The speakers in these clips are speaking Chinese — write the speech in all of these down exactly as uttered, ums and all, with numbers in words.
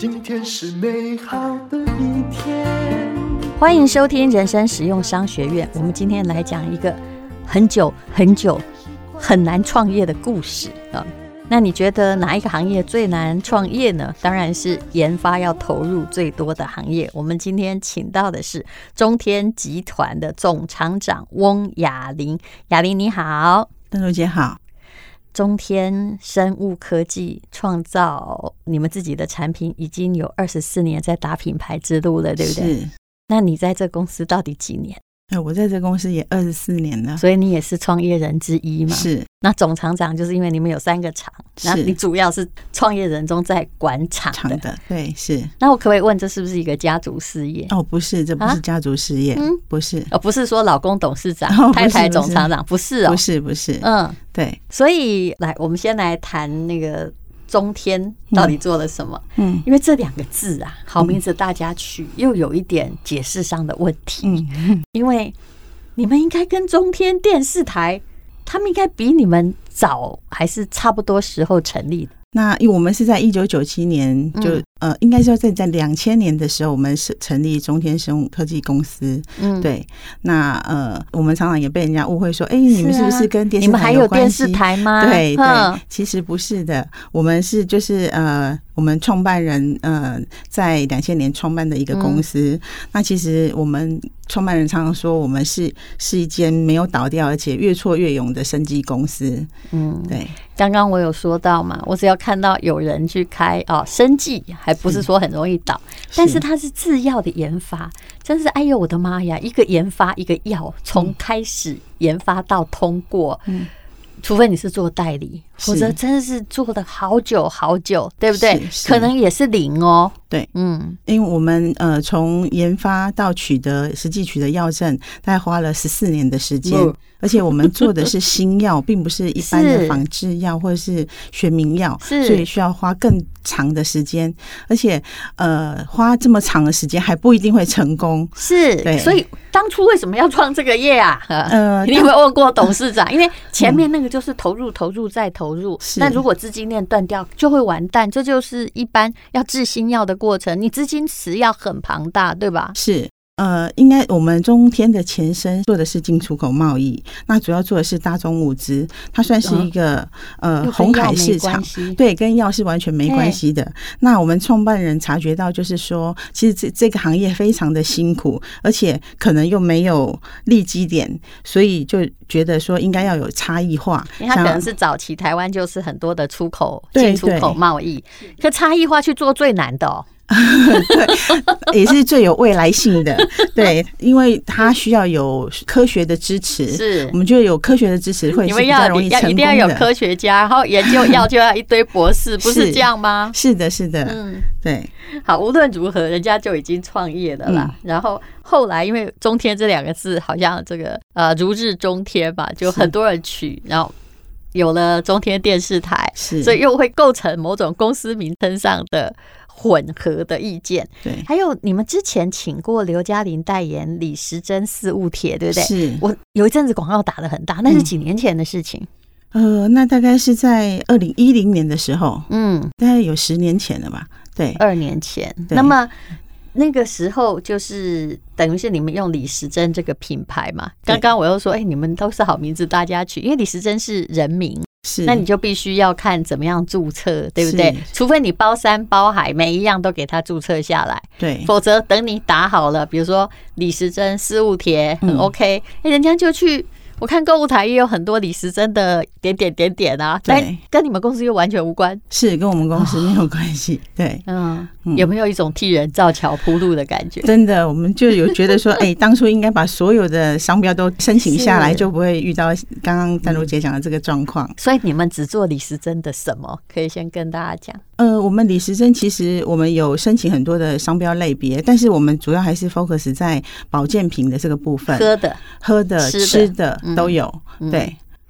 今天是美好的一天。 欢迎收听人生实用商学院。我们今天来讲一个很久很久很难创业的故事啊。那你觉得哪一个行业最难创业呢？当然是研发要投入最多的行业。我们今天请到的是中天集团的总厂长翁雅玲。雅玲你好。 邓如姐好。 中天生物科技创造你们自己的产品已经有二十四年在打品牌之路了，对不对？ 是。 那你在这公司到底几年？ 我在这公司也二十四年了， 所以你也是创业人之一嘛？ 是。 那总厂长就是因为你们有三个厂，那你主要是创业人中在管厂 的, 厂的，对，是。 那我可不可以问，这是不是一个家族事业？ 哦，不是，这不是家族事业，啊嗯、不是。 哦，不是说老公董事长、 哦、 太太总厂长，不是哦， 不是，不是， 嗯， 对。 所以来，我们先来谈那个中天到底做了什么？ 嗯， 因为这两个字啊，好名字大家取，又有一点解释上的问题。嗯，因为你们应该跟中天电视台，他们应该比你们早，还是差不多时候成立的。 那因为我们是在一九九七年就、嗯、呃，应该说在在两千年的时候，我们是成立中天生物科技公司。嗯，对。那呃，我们常常也被人家误会说，哎、欸，你们是不是跟电视台有关系？你们还有电视台吗？ 对对，其实不是的，我们是就是呃。我们创办人呃，在两千年创办的一个公司、嗯。那其实我们创办人常常说，我们是是一间没有倒掉，而且越挫越勇的生技公司。嗯，对。 刚刚我有说到嘛，我只要看到有人去开哦生技，还不是说很容易倒，是但是它是制药的研发，真是哎呦我的妈呀！一个研发一个药，从开始研发到通过。嗯，除非你是做代理，否则真的是做了好久好久，对不对？可能也是零哦。 对，嗯，因为我们呃从研发到取得实际取得药证，大概花了十四年的时间、嗯，而且我们做的是新药，并不是一般的仿制药或者是学名药，所以需要花更长的时间，而且呃花这么长的时间还不一定会成功。 是，对，所以当初为什么要创这个业啊？呃，你有没有问过董事长？因为前面那个就是投入、投入再投入，那如果资金链断掉，就会完蛋。这就是一般要制新药的过程，你资金池要很庞大，对吧？ 是。呃，应该我们中天的前身做的是进出口贸易，那主要做的是大宗物资，它算是一个、嗯、呃红海市场，对，跟药是完全没关系的。那我们创办人察觉到，就是说，其实这这个行业非常的辛苦，而且可能又没有利基点，所以就觉得说应该要有差异化。 因为它可能是早期台湾就是很多的出口进出口贸易，可差异化去做最难的哦。 对，也是最有未来性的。对，因为它需要有科学的支持，是我们觉得有科学的支持会是比较容易成功的。 一定要有科学家，然后研究药就要一堆博士，不是这样吗？ 是的，是的，嗯，对。 好，无论如何，人家就已经创业了啦。嗯、然后后来，因为中天这两个字好像这个呃如日中天吧，就很多人取，然后有了中天电视台，所以又会构成某种公司名称上的混合的意见。对，还有你们之前请过刘嘉玲代言李时珍四物铁，对不对？是。我有一阵子广告打得很大，那是几年前的事情。 嗯、呃，那大概是在二零一零年的时候，嗯，大概有十年前了吧？对， 二年前。那么那个时候就是等于是你们用李时珍这个品牌嘛。刚刚我又说，哎、欸，你们都是好名字，大家取，因为李时珍是人名。是，那你就必须要看怎么样注册，对不对？除非你包山包海，每一样都给它注册下来，对，否则等你打好了，比如说李时珍四物铁很 OK，哎、嗯欸，人家就去。我看购物台也有很多李时珍的点点点点啊，但跟你们公司又完全无关， 是跟我们公司没有关系。哦、对， 嗯，有没有一种替人造桥铺路的感觉？ 真的，我们就有觉得说，哎、欸，当初应该把所有的商标都申请下来，就不会遇到刚刚淡如姐讲的这个状况。 所以你们只做李时珍的什么？可以先跟大家讲。 呃，我们李时珍其实我们有申请很多的商标类别，但是我们主要还是 focus 在保健品的这个部分， 喝的、 喝的、吃的都有。嗯、对，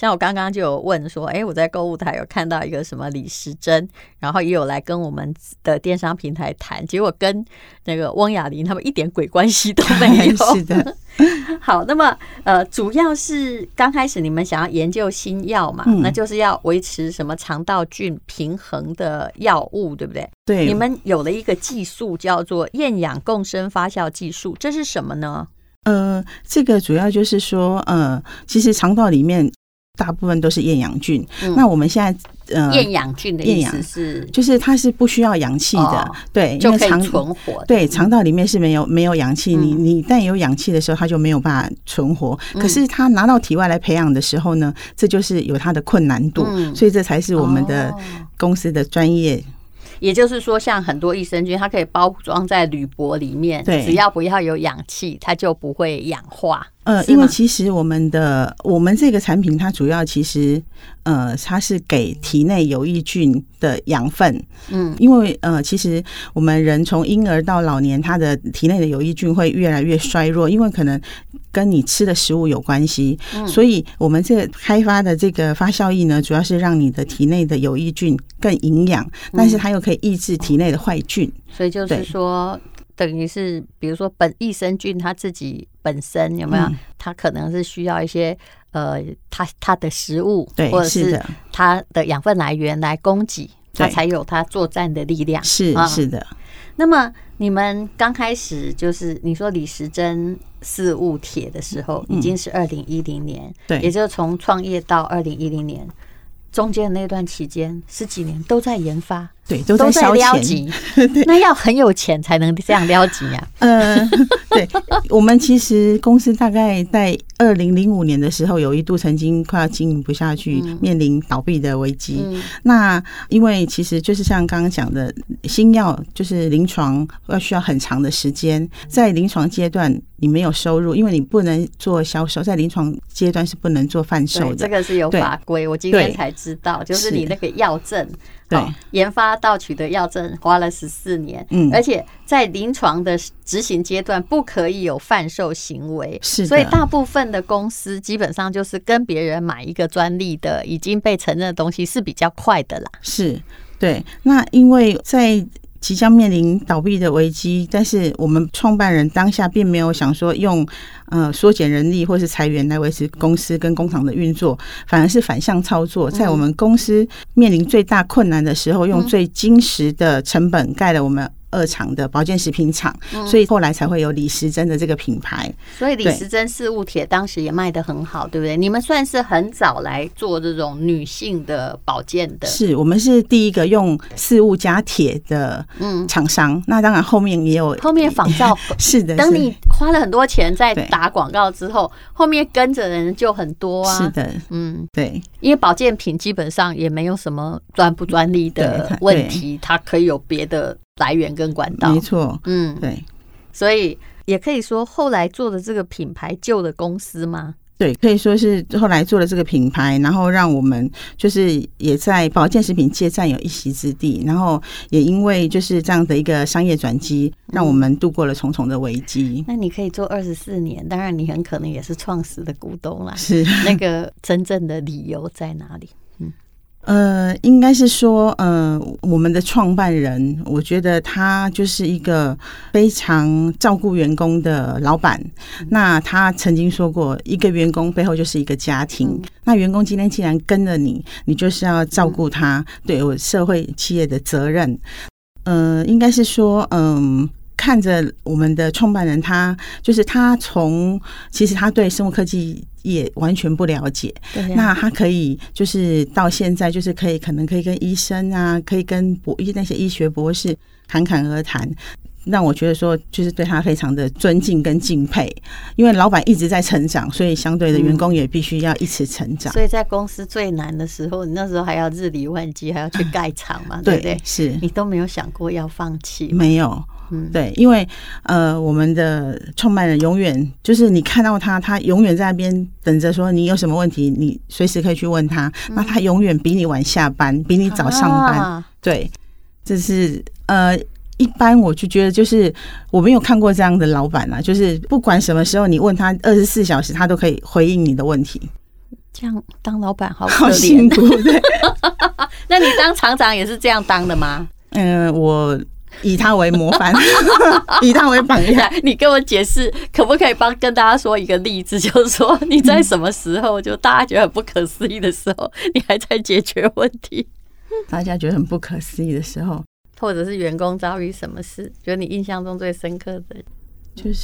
像我刚刚就有问说，哎，我在购物台有看到一个什么李时珍，然后也有来跟我们的电商平台谈，结果跟那个汪雅玲他们一点鬼关系都没有。 是的。 好，那么呃，主要是刚开始你们想要研究新药嘛，嗯、那就是要维持什么肠道菌平衡的药物，对不对？ 对。 你们有了一个技术叫做厌氧共生发酵技术，这是什么呢？ 呃，这个主要就是说，呃，其实肠道里面大部分都是厌氧菌。嗯、那我们现在呃， 厌氧菌的意思是， 就是它是不需要氧气的，哦、对， 就可以存活。 对，肠道里面是没有没有氧气，嗯、你你一旦有氧气的时候，它就没有办法存活。嗯、可是它拿到体外来培养的时候呢，这就是有它的困难度，嗯、所以这才是我们的公司的专业。 也就是说，像很多益生菌，它可以包装在铝箔里面，只要不要有氧气，它就不会氧化。 呃，因为其实我们的我们这个产品，它主要其实呃，它是给体内有益菌的养分。嗯，因为呃，其实我们人从婴儿到老年，他的体内的有益菌会越来越衰弱，因为可能跟你吃的食物有关系。嗯，所以我们这个开发的这个发酵液呢，主要是让你的体内的有益菌更营养，但是它又可以抑制体内的坏菌。 所以就是说，等于是比如说本益生菌它自己本身有没有？嗯、它可能是需要一些呃，它它的食物， 对， 或者是它的养分来源来供给，它才有它作战的力量。 是是的。 那么你们刚开始就是你说李时珍四物铁的时候，已经是二零一零年，对，也就是从创业到二零一零年。中间的那段期间十几年都在研发， 对，都在烧撩集，那要很有钱才能这样撩集啊。 呃，对，我们其实公司大概在二零零五年的时候，有一度曾经快要经营不下去，嗯、面临倒闭的危机。嗯、那因为其实就是像刚刚讲的，新药就是临床要需要很长的时间，在临床阶段你没有收入，因为你不能做销售，在临床阶段是不能做贩售的。 这个是有法规，我今天才知道，就是你那个药证。对、哦，研发到取得药证花了十四年，嗯，而且在临床的执行阶段不可以有贩售行为，是，所以大部分的公司基本上就是跟别人买一个专利的已经被承认的东西是比较快的啦。 是，对，那因为在即将面临倒闭的危机，但是我们创办人当下并没有想说用呃缩减人力或是裁员来维持公司跟工厂的运作，反而是反向操作，在我们公司面临最大困难的时候，用最精实的成本盖了我们二厂的保健食品厂，嗯、所以后来才会有李时珍的这个品牌。 所以李时珍四物铁当时也卖得很好，对不对？你们算是很早来做这种女性的保健的， 是我们是第一个用四物加铁的厂商。嗯、那当然后面也有后面仿造， 是的。 等你花了很多钱在打广告之后，后面跟着的人就很多啊。 是的，嗯，对， 因为保健品基本上也没有什么专不专利的问题，它可以有别的来源跟管道， 没错，嗯，对， 所以也可以说后来做的这个品牌救了公司吗？ 对，可以说是后来做了这个品牌，然后让我们就是也在保健食品界占有一席之地，然后也因为就是这样的一个商业转机，让我们度过了重重的危机。 那你可以做二十四年，当然你很可能也是创始的股东啦， 是那个真正的理由在哪里？ 呃，应该是说，呃，我们的创办人，我觉得他就是一个非常照顾员工的老板。那他曾经说过，一个员工背后就是一个家庭。嗯、那员工今天既然跟了你，你就是要照顾他，对有社会企业的责任。呃，应该是说，嗯、呃。看着我们的创办人，他就是他从其实他对生物科技也完全不了解，那他可以就是到现在就是可以可能可以跟医生啊，可以跟博那些医学博士侃侃而谈，让我觉得说就是对他非常的尊敬跟敬佩，因为老板一直在成长，所以相对的员工也必须要一起成长。 嗯、所以在公司最难的时候，你那时候还要日理万机，还要去盖厂嘛，对不对？ 是你都没有想过要放弃？ 没有。对，因为呃，我们的创办人永远就是你看到他，他永远在那边等着说你有什么问题，你随时可以去问他。嗯、那他永远比你晚下班，比你早上班。啊、对，这是呃，一般我就觉得就是我没有看过这样的老板啊，就是不管什么时候你问他，二十四小时他都可以回应你的问题。 这样当老板好可好辛苦，对。 那你当厂长也是这样当的吗？ 嗯、呃，我以他为模范，以他为榜样。 你跟我解释，可不可以帮跟大家说一个例子，就是说你在什么时候，就大家觉得很不可思议的时候，你还在解决问题？ 大家觉得很不可思议的时候， 或者是员工遭遇什么事，觉得你印象中最深刻的， 就是。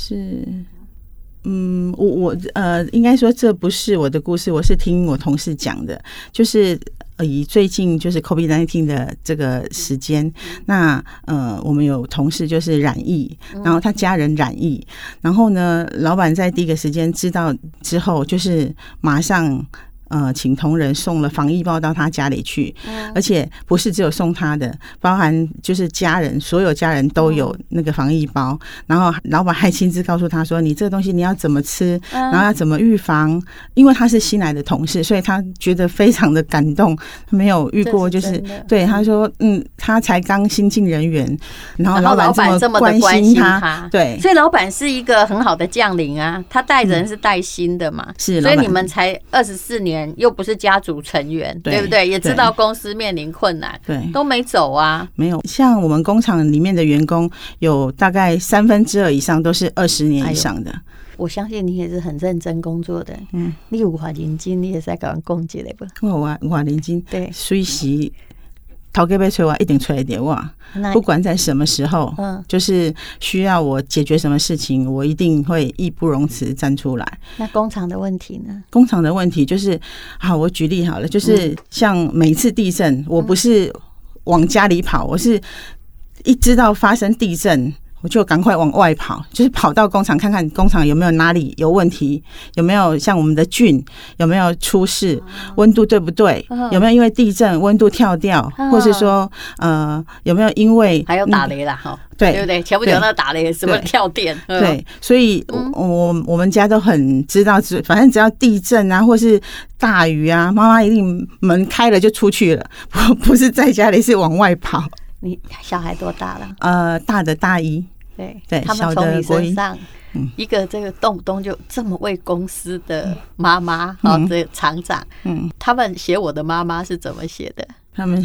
嗯，我我呃，应该说这不是我的故事，我是听我同事讲的，就是以最近就是 COVID 十九 的这个时间，那呃，我们有同事就是染疫，然后他家人染疫，然后呢，老板在第一个时间知道之后，就是马上。呃，请同仁送了防疫包到他家里去，而且不是只有送他的，包含就是家人，所有家人都有那个防疫包。然后老板还亲自告诉他说：“你这个东西你要怎么吃，然后要怎么预防。”因为他是新来的同事，所以他觉得非常的感动，没有遇过，就是对他说：“嗯，他才刚新进人员，然后老板这么关心他，对， 所以老板是一个很好的将领啊，他带人是带新的嘛， 是， 所以你们才二十四年。又不是家族成员， 对, 对不对？也知道公司面临困难， 对， 都没走啊。 没有，像我们工厂里面的员工，有大概三分之二以上都是二十年以上的。哎、 我相信你也是很认真工作的。嗯，你有话认真，你也在搞完攻击了不？ 我我我认真， 对， 随时。头家要催我，一定催得我。不管在什么时候，嗯，就是需要我解决什么事情，我一定会义不容辞站出来。 那工厂的问题呢？ 工厂的问题就是，好，我举例好了，就是像每次地震，我不是往家里跑，我是一知道发生地震。我就赶快往外跑，就是跑到工厂看看工厂有没有哪里有问题，有没有像我们的菌有没有出事，温度对不对，有没有因为地震温度跳掉，或是说呃有没有因为还有打雷啦哈， 对对不对？前不久那打雷什么跳电， 对，所以我我们家都很知道，反正只要地震啊或是大雨啊，妈妈一定门开了就出去了，不不是在家里，是往外跑。 你小孩多大了？ 呃，大的大一， 对对， 他们从你身上一个这个动不动就这么为公司的妈妈，好、嗯，这个厂长，嗯，他们写我的妈妈是怎么写的？ 他们，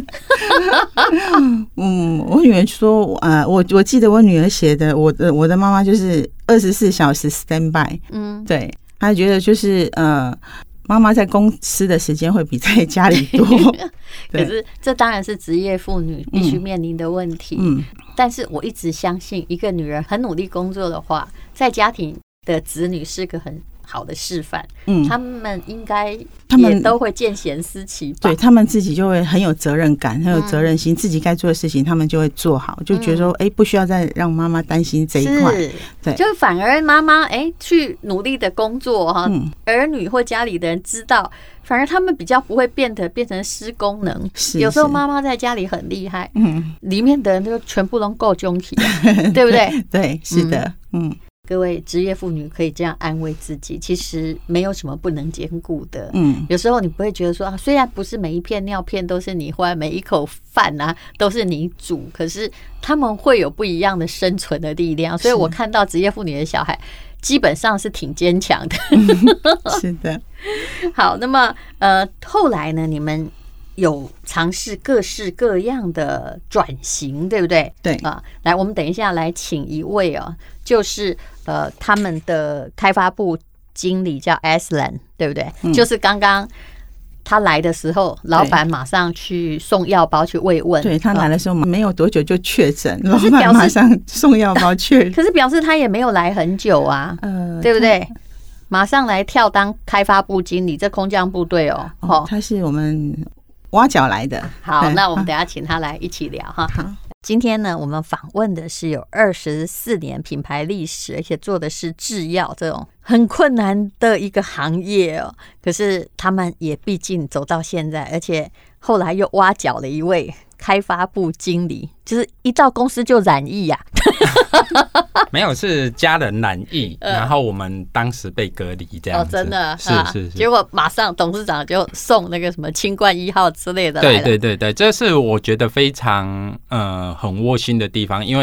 嗯，我女儿说，呃，我我记得我女儿写的，我的我的妈妈就是二十四小时 stand by， 嗯，对，她觉得就是呃。妈妈在公司的时间会比在家里多， 可是这当然是职业妇女必须面临的问题。嗯，但是我一直相信，一个女人很努力工作的话，在家庭的子女是个很好的示范。嗯，他们应该也都会见贤思齐吧。 对，他们自己就会很有责任感，很有责任心，嗯、自己该做的事情他们就会做好，就觉得说，哎、嗯欸，不需要再让妈妈担心这一块。对， 就反而妈妈哎去努力的工作哈，嗯、儿女或家里的人知道。反而他们比较不会变得变成失功能，有时候妈妈在家里很厉害，嗯，里面的人就全部都够凶起，对不对？ 对，是的，嗯。 各位职业妇女可以这样安慰自己，其实没有什么不能兼顾的。嗯，有时候你不会觉得说，虽然不是每一片尿片都是你换，每一口饭啊都是你煮，可是他们会有不一样的生存的力量。所以我看到职业妇女的小孩，基本上是挺坚强的。 是的。 好，那么呃，后来呢，你们有尝试各式各样的转型，对不对？ 对啊，来，我们等一下来请一位啊，就是呃，他们的开发部经理叫 Aslan， 对不对？嗯、就是刚刚他来的时候，老板马上去送药包去慰问。 对，他来的时候没有多久就确诊，老板马上送药包去。 可是表示他也没有来很久啊，呃、对不对？马上来跳当开发部经理，这空降部队哦。 哦，他是我们挖角来的。 好，那我们等一下请他来一起聊哈。好，今天呢，我们访问的是有二十四年品牌历史，而且做的是制药这种很困难的一个行业哦。可是他们也毕竟走到现在，而且后来又挖角了一位开发部经理，就是一到公司就染疫呀、 啊。没有，是家人染疫，呃、然后我们当时被隔离这样子。 哦，真的是是是。 结果马上董事长就送那个什么清冠一号之类的来了。 对对对对，这是我觉得非常呃很窝心的地方，因为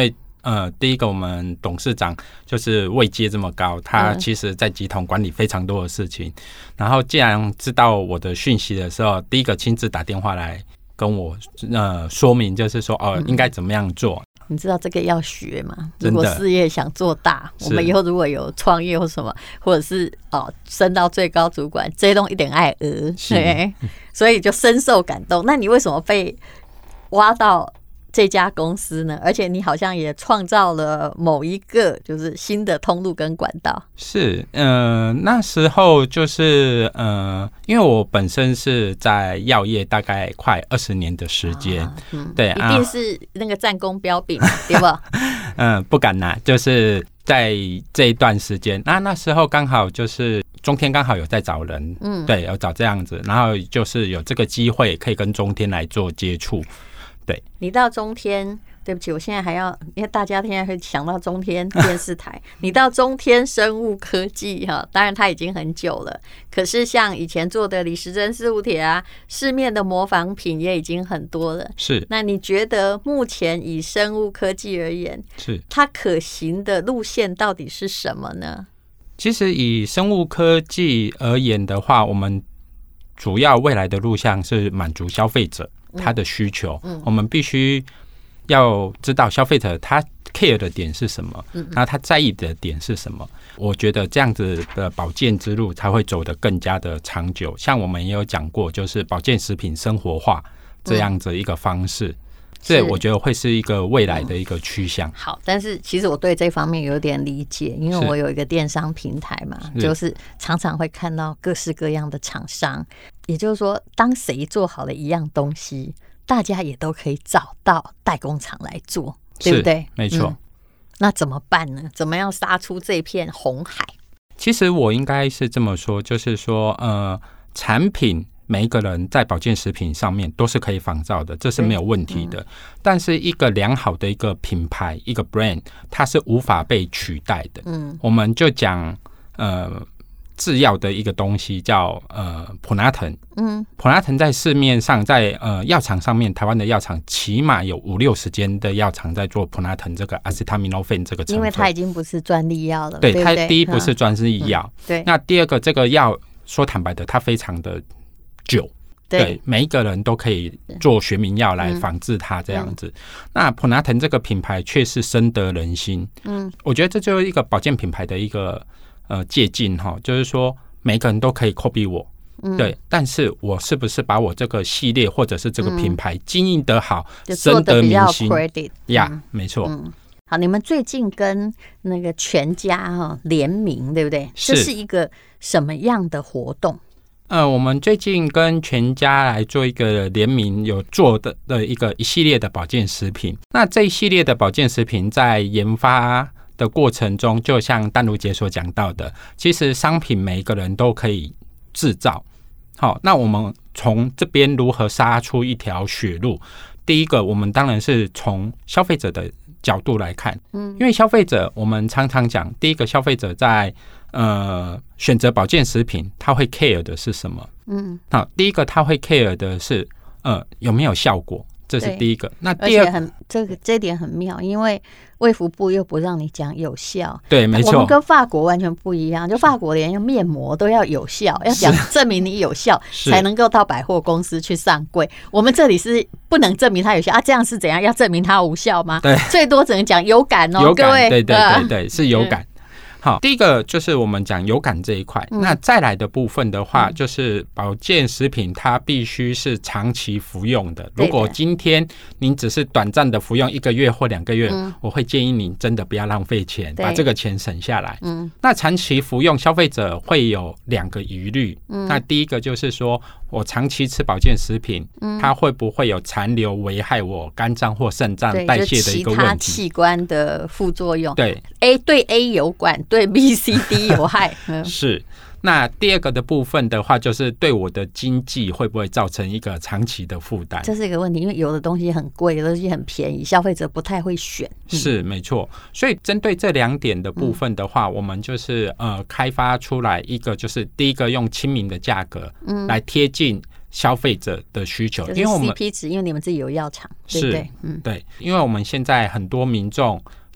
呃，第一个我们董事长就是位阶这么高，他其实在集团管理非常多的事情。嗯、然后既然知道我的讯息的时候，第一个亲自打电话来跟我呃说明，就是说哦、呃、应该怎么样做。 你知道这个要学吗？如果事业想做大，我们以后如果有创业或什么，或者是哦升到最高主管，这种一点爱额，对，所以就深受感动。那你为什么被挖到这家公司呢？而且你好像也创造了某一个就是新的通路跟管道。是， 呃，那时候就是呃，因为我本身是在药业大概快二十年的时间、啊嗯，对，一定是那个战功彪炳，对吧？ 嗯，不敢拿，就是在这一段时间，那那时候刚好就是中天刚好有在找人，嗯，对，有找这样子，然后就是有这个机会可以跟中天来做接触。对，你到中天，对不起，我现在还要，因为大家现在会想到中天电视台，你到中天生物科技哈，当然它已经很久了，可是像以前做的李时珍四物铁啊，市面的模仿品也已经很多了。是，那你觉得目前以生物科技而言，是它可行的路线到底是什么呢？其实以生物科技而言的话，我们主要未来的路向是满足消费者他的需求、嗯嗯、我们必须要知道消费者他 care 的点是什么，那他在意的点是什么。我觉得这样子的保健之路才会走得更加的长久。像我们也有讲过，就是保健食品生活化这样子一个方式、嗯，这我觉得会是一个未来的一个趋向、嗯。好，但是其实我对这方面有点理解，因为我有一个电商平台嘛，是就是常常会看到各式各样的厂商。也就是说，当谁做好了一样东西，大家也都可以找到代工厂来做，对不对？没错、嗯。那怎么办呢？怎么样杀出这片红海？其实我应该是这么说，就是说，呃，产品每一个人在保健食品上面都是可以仿造的，这是没有问题的。嗯、但是一个良好的一个品牌，一个 brand， 它是无法被取代的。嗯，我们就讲，呃。制药的一个东西叫呃普拿疼，嗯，普拿疼在市面上在呃药厂上面，台湾的药厂起码有五六十间的药厂在做普拿疼这个 acetaminophen 这个成分，因为它已经不是专利药了，对，对对它第一不是专利药、嗯，对，那第二个这个药说坦白的，它非常的久。对, 对，每一个人都可以做学名药来仿制它这样子。嗯、那普拿疼这个品牌却是深得人心，嗯，我觉得这就是一个保健品牌的一个。呃，借鉴哈，就是说每个人都可以 copy 我、嗯，对，但是我是不是把我这个系列或者是这个品牌经营得好，嗯、深得民心呀？ yeah, 没错、嗯。好，你们最近跟那个全家哈联名，对不对？这是一个什么样的活动？呃，我们最近跟全家来做一个联名，有做的的一个一系列的保健食品。那这一系列的保健食品在研发的过程中，就像淡如姐所讲到的，其实商品每一个人都可以制造。好，那我们从这边如何杀出一条血路？第一个，我们当然是从消费者的角度来看，嗯，因为消费者我们常常讲，第一个消费者在呃选择保健食品，他会 care 的是什么？嗯，好，第一个他会 care 的是呃有没有效果。这是第一个。那第二，而且很这个这一点很妙，因为卫福部又不让你讲有效，对，没错，我们跟法国完全不一样。就法国连用面膜都要有效，要讲证明你有效才能够到百货公司去上柜。我们这里是不能证明它有效啊，这样是怎样？要证明它无效吗？对，最多只能讲有感哦，有感，各位，对对对对，是有感。好，第一个就是我们讲有感这一块、嗯，那再来的部分的话，就是保健食品它必须是长期服用的。如果今天您只是短暂的服用一个月或两个月、嗯，我会建议你真的不要浪费钱，把这个钱省下来。嗯，那长期服用，消费者会有两个疑虑、嗯。那第一个就是说我长期吃保健食品，嗯、它会不会有残留危害我肝脏或肾脏代谢的一个问题？其他器官的副作用。对 ，A 对 A 有关。对 B、C、D 有害是。那第二个的部分的话，就是对我的经济会不会造成一个长期的负担？这是一个问题，因为有的东西很贵，有的东西很便宜，消费者不太会选。嗯、是没错，所以针对这两点的部分的话，嗯、我们就是呃开发出来一个，就是第一个用亲民的价格，嗯，来贴近消费者的需求，因为我们 C P 值，因为你们自己有药厂，对不对？嗯，对，因为我们现在很多民众。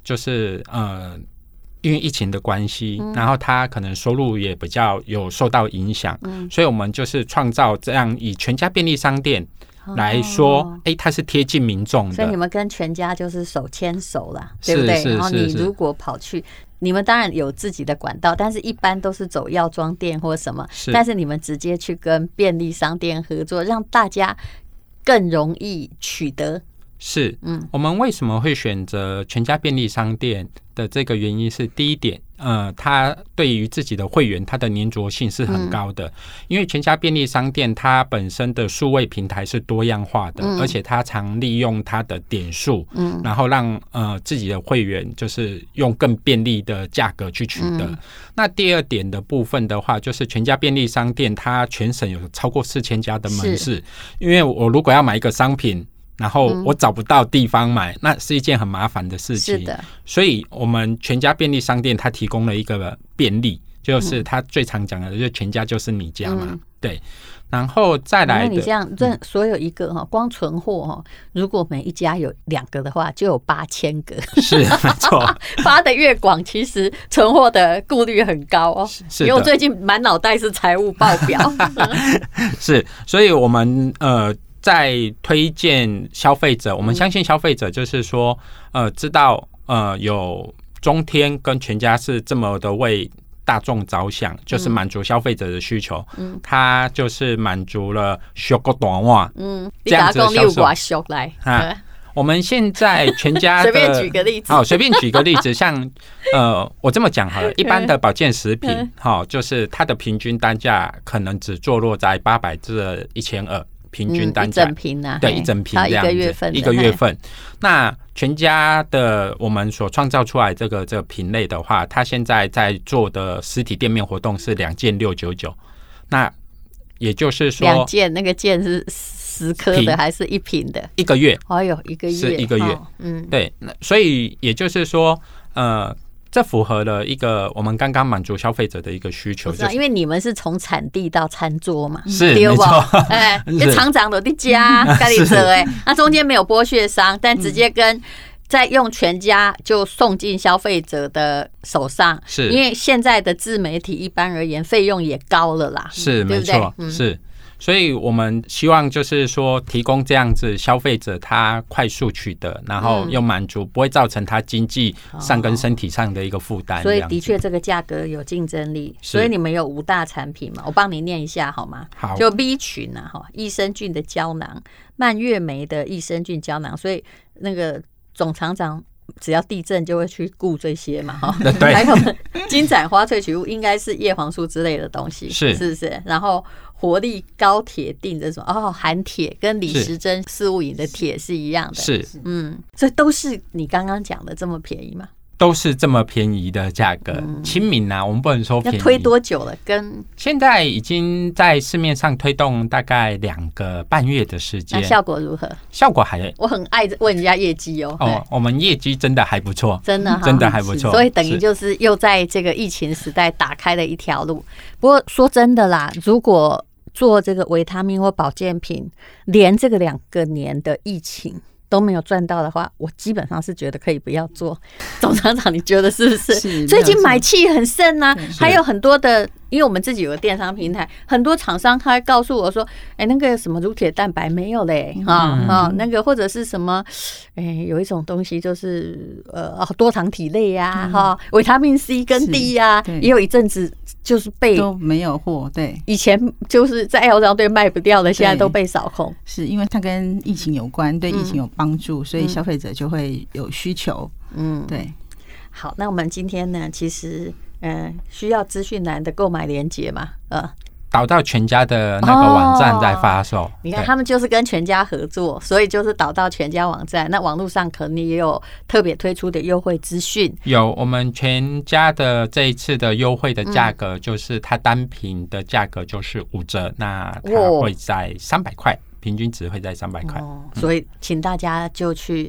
就是呃。因为疫情的关系，嗯、然后他可能收入也比较有受到影响，嗯、所以我们就是创造这样以全家便利商店来说，哎、哦，它是贴近民众的。 所以你们跟全家就是手牵手啦，对不对？然后你如果跑去，你们当然有自己的管道，但是一般都是走药妆店或什么，是但是你们直接去跟便利商店合作，让大家更容易取得。 是，嗯，我们为什么会选择全家便利商店的这个原因是，第一点，呃，它对于自己的会员，它的粘着性是很高的，嗯、因为全家便利商店它本身的数位平台是多样化的，嗯、而且它常利用它的点数，嗯，然后让呃自己的会员就是用更便利的价格去取得。嗯、那第二点的部分的话，就是全家便利商店它全省有超过四千家的门市，因为我如果要买一个商品。然后我找不到地方买，嗯、那是一件很麻烦的事情。是的，所以我们全家便利商店它提供了一个便利，就是它最常讲的，就是全家就是你家嘛。嗯、对，然后再来的， 那你这样，这所有一个哈，光存货哈，如果每一家有两个的话，就有八千个。 是，没错。 发的越广，其实存货的顾虑很高哦。是，因为我最近满脑袋是财务报表。 是，所以我们呃。在推荐消费者，我们相信消费者就是说，呃，知道呃有中天跟全家是这么的为大众着想，就是满足消费者的需求。嗯，它就是满足了小个短袜，嗯，这样子的销售来啊。我们现在全家的随便举个例子， 好，随便举个例子，像呃，我这么讲好了，一般的保健食品，好，就是它的平均单价可能只坐落在八百至一千二。平均单价、嗯、一整瓶啊，对，一整瓶这样子，一个月份，一个月份。那全家的我们所创造出来这个这个品类的话，它现在在做的实体店面活动是两件六九九，那也就是说， 两件那个件是十颗的还是一瓶的？ 一个月， 哎呦，一个月是一个月，哦、嗯，对，所以也就是说，呃。这符合了一个我们刚刚满足消费者的一个需求， 就是因为你们是从产地到餐桌嘛， 是没错， 哎，就厂长的家咖喱者哎，那中间没有剥削商，但直接跟再用全家就送进消费者的手上，是因为现在的自媒体一般而言费用也高了啦， 是没错，是。所以我们希望就是说提供这样子消费者他快速取得，然后又满足，不会造成他经济上跟身体上的一个负担。 所以的确这个价格有竞争力。所以你们有五大产品嘛？我帮你念一下好吗？ 好， 就 B 群啊，哈，益生菌的胶囊，蔓越莓的益生菌胶囊。所以那个总厂长只要地震就会去顾这些嘛，哈。 对。 还有金盏花萃取物，应该是叶黄素之类的东西，是是不是？然后。活力高铁定这种哦，含铁跟李时珍四物饮的铁是一样的， 是嗯，所以都是你刚刚讲的这么便宜吗？ 都是这么便宜的价格，亲民啊，我们不能说便宜。 要推多久了？跟现在已经在市面上推动大概两个半月的时间， 那效果如何？ 效果还我很爱问人家业绩哦。 哦，我们业绩真的还不错， 真的真的还不错。 所以等于就是又在这个疫情时代打开了一条路。不过说真的啦，如果做这个维他命或保健品，连这个两个年的疫情都没有赚到的话，我基本上是觉得可以不要做。总厂长，你觉得是不是？是最近买气很盛啊，还有很多的，因为我们自己有个电商平台，很多厂商他会告诉我说：“哎、欸，那个什么乳铁蛋白没有嘞，啊、嗯、啊，那个或者是什么，哎、欸，有一种东西就是呃多糖体类呀、啊，哈、嗯，维他命 C 跟 D 呀、啊，也有一阵子就是被都没有货，对， 以前就是在药妆店卖不掉的，现在都被扫空， 是因为它跟疫情有关，对疫情有帮助，嗯、所以消费者就会有需求，嗯，对。 好，那我们今天呢，其实。嗯，需要资讯栏的购买连结嘛？呃， 导到全家的那个网站在发售。哦、 你看，他们就是跟全家合作，所以就是导到全家网站。那网络上可能也有特别推出的优惠资讯。 有，我们全家的这一次的优惠的价格，就是它单品的价格就是五折，那它会在三百块。平均值会在三百块， 所以请大家就去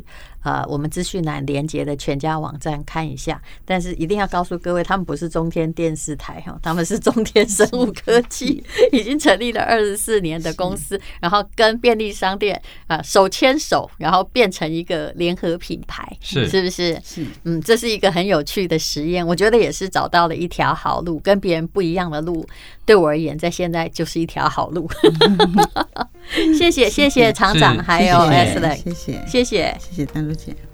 呃我们资讯栏连结的全家网站看一下。但是一定要告诉各位，他们不是中天电视台哈，他们是中天生物科技，已经成立了二十四年的公司，然后跟便利商店啊、呃、手牵手，然后变成一个联合品牌， 是是不是？ 是，嗯， 这是一个很有趣的实验，我觉得也是找到了一条好路，跟别人不一样的路。对我而言，在现在就是一条好路。谢谢谢谢厂长，还有 Ashley， 谢谢谢谢谢谢丹如姐。